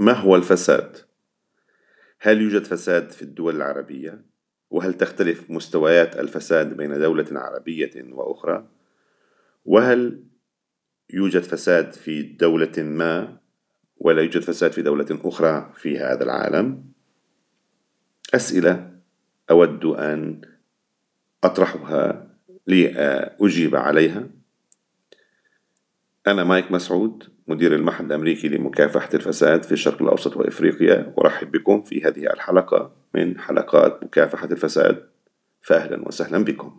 ما هو الفساد؟ هل يوجد فساد في الدول العربية؟ وهل تختلف مستويات الفساد بين دولة عربية وأخرى؟ وهل يوجد فساد في دولة ما ولا يوجد فساد في دولة أخرى في هذا العالم؟ أسئلة أود أن أطرحها لأجيب عليها. أنا مايك مسعود، مدير المعهد الأمريكي لمكافحة الفساد في الشرق الأوسط وإفريقيا، أرحب بكم في هذه الحلقة من حلقات مكافحة الفساد، فأهلا وسهلا بكم.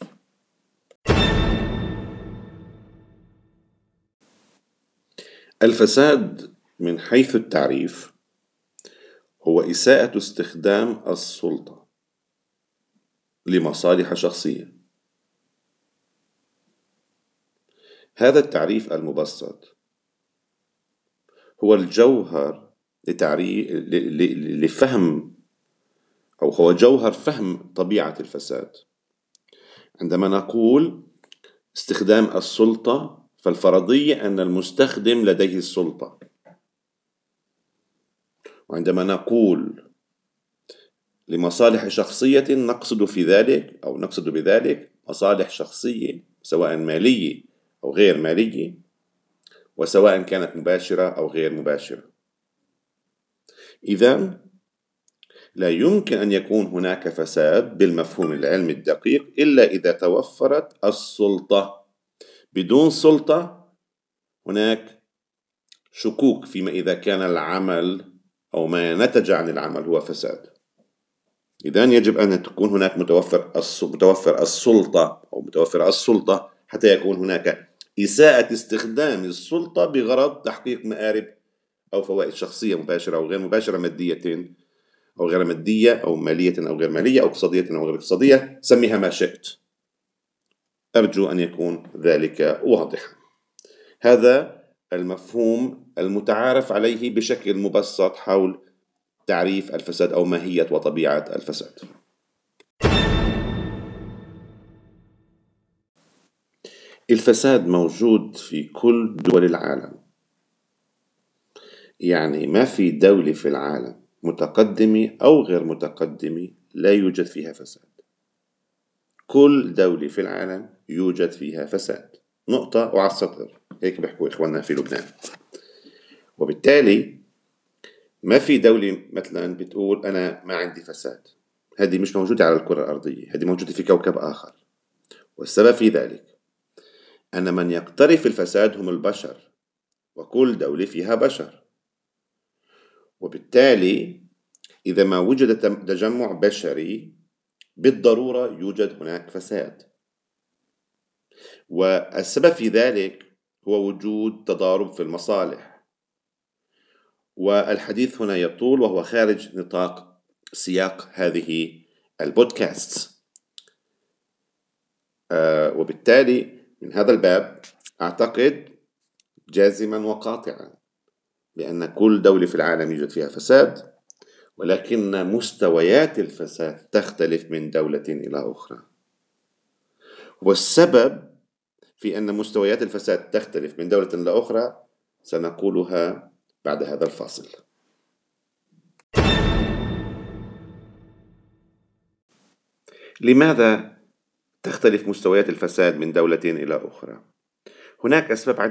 الفساد من حيث التعريف هو إساءة استخدام السلطة لمصالح شخصية. هذا التعريف المبسط هو الجوهر لفهم، أو هو جوهر فهم طبيعة الفساد. عندما نقول استخدام السلطة فالفرضية أن المستخدم لديه السلطة، وعندما نقول لمصالح شخصية نقصد بذلك مصالح شخصية سواء مالية أو غير مالية، وسواء كانت مباشرة أو غير مباشرة. إذن لا يمكن أن يكون هناك فساد بالمفهوم العلمي الدقيق إلا إذا توفرت السلطة. بدون سلطة هناك شكوك فيما إذا كان العمل أو ما نتج عن العمل هو فساد. إذن يجب أن تكون هناك متوفر السلطة حتى يكون هناك إساءة استخدام السلطة بغرض تحقيق مآرب أو فوائد شخصية مباشرة أو غير مباشرة، مادية أو غير مادية، أو مالية أو غير مالية، أو اقتصادية أو غير اقتصادية، سميها ما شئت. أرجو أن يكون ذلك واضحا. هذا المفهوم المتعارف عليه بشكل مبسط حول تعريف الفساد أو ماهية وطبيعة الفساد. الفساد موجود في كل دول العالم، يعني ما في دولة في العالم متقدمة أو غير متقدمة لا يوجد فيها فساد. كل دولة في العالم يوجد فيها فساد، نقطة وعلى السطر، هيك بيحكوا إخواننا في لبنان. وبالتالي ما في دولة مثلا بتقول أنا ما عندي فساد. هذه مش موجودة على الكرة الأرضية، هذه موجودة في كوكب آخر. والسبب في ذلك أن من يقترف الفساد هم البشر، وكل دولة فيها بشر. وبالتالي إذا ما وجد تجمع بشري بالضرورة يوجد هناك فساد. والسبب في ذلك هو وجود تضارب في المصالح. والحديث هنا يطول وهو خارج نطاق سياق هذه البودكاست. وبالتالي من هذا الباب أعتقد جازما وقاطعا بأن كل دولة في العالم يوجد فيها فساد، ولكن مستويات الفساد تختلف من دولة إلى أخرى. والسبب في أن مستويات الفساد تختلف من دولة إلى أخرى سنقولها بعد هذا الفاصل. لماذا تختلف مستويات الفساد من دولة إلى أخرى؟ هناك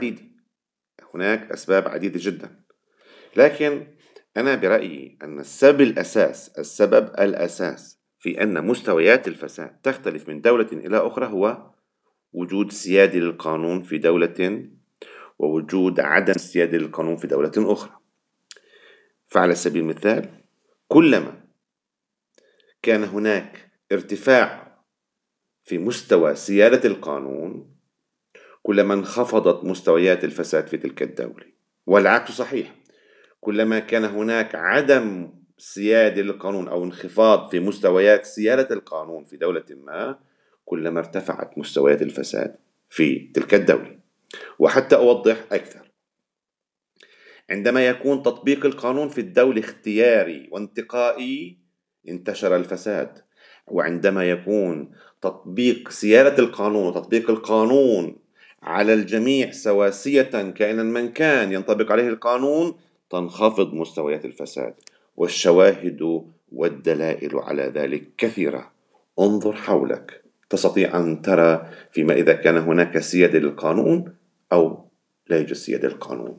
أسباب عديدة جدا، لكن أنا برأيي أن السبب الأساس في أن مستويات الفساد تختلف من دولة إلى أخرى هو وجود سيادة للقانون في دولة ووجود عدم سيادة للقانون في دولة أخرى. فعلى سبيل المثال، كلما كان هناك ارتفاع في مستوى سيادة القانون كلما انخفضت مستويات الفساد في تلك الدولة، والعكس صحيح. كلما كان هناك عدم سيادة للقانون أو انخفاض في مستويات سيادة القانون في دولة ما كلما ارتفعت مستويات الفساد في تلك الدولة. وحتى أوضح أكثر، عندما يكون تطبيق القانون في الدولة اختياري وانتقائي انتشر الفساد، وعندما يكون تطبيق سيادة القانون وتطبيق القانون على الجميع سواسية كائنا من كان ينطبق عليه القانون تنخفض مستويات الفساد، والشواهد والدلائل على ذلك كثيرة. انظر حولك، تستطيع أن ترى فيما إذا كان هناك سيادة للقانون أو لا يوجد سيادة للقانون.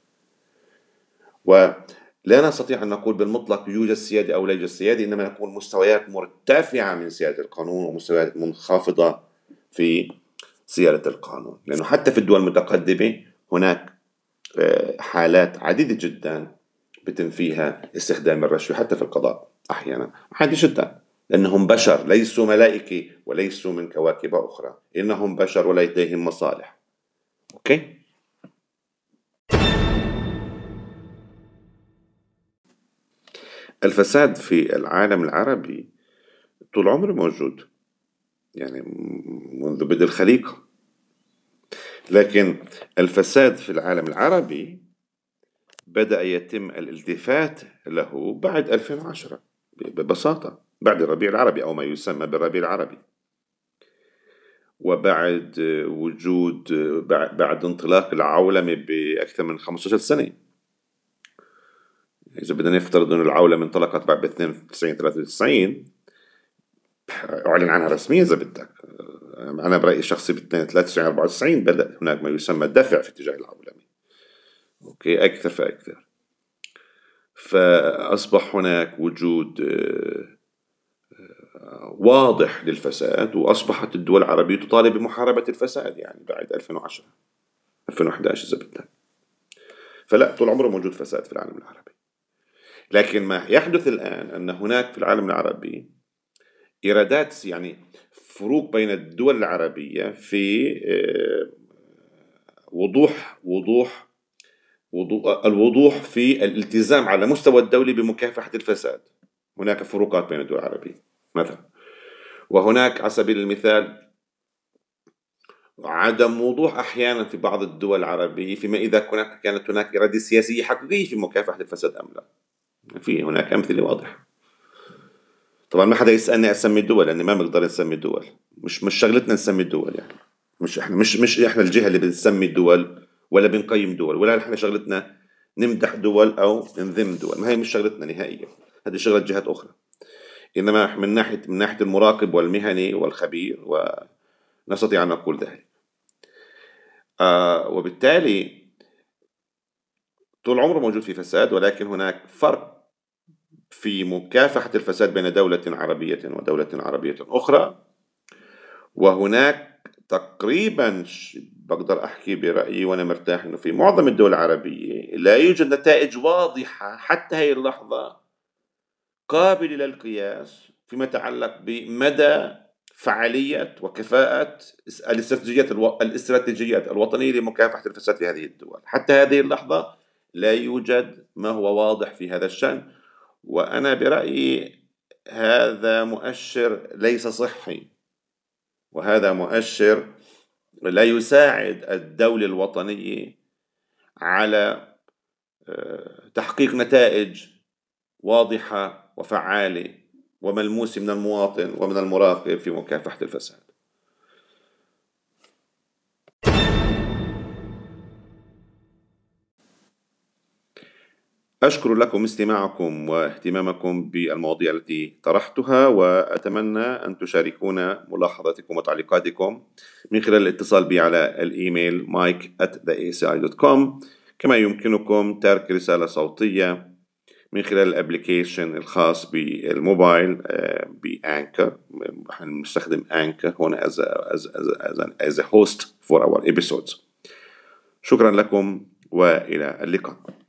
ولا نستطيع أن نقول بالمطلق يوجد سيادة أو لا يوجد سيادة، إنما نقول مستويات مرتفعة من سيادة القانون ومستويات منخفضة في سيادة القانون. لأنه حتى في الدول المتقدمة هناك حالات عديدة جدا بتم فيها استخدام الرشوة حتى في القضاء أحيانا، عادي جدا، لأنهم بشر ليسوا ملائكة وليسوا من كواكب أخرى، إنهم بشر ولديهم مصالح. أوكي؟ الفساد في العالم العربي طول عمره موجود، يعني منذ بدء الخليقة، لكن الفساد في العالم العربي بدأ يتم الالتفات له بعد 2010 ببساطة، بعد الربيع العربي أو ما يسمى بالربيع العربي، وبعد وجود بعد انطلاق العولمة بأكثر من 15 سنة. إذا بدنا نفترض أن العولمة انطلقت بعد 92 93 أعلن عنها رسميا إذا بدك، أنا برأيي الشخصي ب 93 94 بدأ هناك ما يسمى الدفع في اتجاه العولمة. أوكي، أكثر فأكثر، فأصبح هناك وجود واضح للفساد، وأصبحت الدول العربية تطالب بمحاربة الفساد يعني بعد 2010 2011 إذا بدك. فلا، طول عمره موجود فساد في العالم العربي، لكن ما يحدث الآن أن هناك في العالم العربي إيرادات، يعني فروق بين الدول العربية في الوضوح في الالتزام على مستوى الدولي بمكافحة الفساد. هناك فروقات بين الدول العربية مثلا، وهناك على سبيل المثال عدم وضوح أحيانا في بعض الدول العربية فيما إذا كانت هناك إرادة سياسية حقيقية في مكافحة الفساد أم لا. في هناك أمثلة واضحة. طبعا ما حدا يسألني أسمي الدول، لأن ما بنقدر نسمي الدول، مش شغلتنا نسمي الدول، يعني مش إحنا الجهة اللي بنسمي الدول ولا بنقيم دول، ولا إحنا شغلتنا نمدح دول أو نذم دول، ما هي مش شغلتنا نهائيا، هذه شغلة جهات أخرى. إنما من ناحية المراقب والمهني والخبير ونستطيع أن نقول ذلك. وبالتالي طول عمره موجود في فساد، ولكن هناك فرق في مكافحة الفساد بين دولة عربية ودولة عربية أخرى. وهناك تقريبا بقدر أحكي برأيي وأنا مرتاح أنه في معظم الدول العربية لا يوجد نتائج واضحة حتى هذه اللحظة قابلة للقياس فيما يتعلق بمدى فعالية وكفاءة الاستراتيجيات الوطنية لمكافحة الفساد في هذه الدول. حتى هذه اللحظة لا يوجد ما هو واضح في هذا الشأن، وأنا برأيي هذا مؤشر ليس صحي، وهذا مؤشر لا يساعد الدولة الوطنية على تحقيق نتائج واضحة وفعالة وملموسة من المواطن ومن المراقب في مكافحة الفساد. أشكر لكم استماعكم واهتمامكم بالمواضيع التي طرحتها، وأتمنى أن تشاركونا ملاحظاتكم وتعليقاتكم من خلال الاتصال بي على الإيميل mike@theaci.com. كما يمكنكم ترك رسالة صوتية من خلال الابليكيشن الخاص بالموبايل بأنكر. نستخدم أنكر هنا as a host for our episodes. شكرا لكم وإلى اللقاء.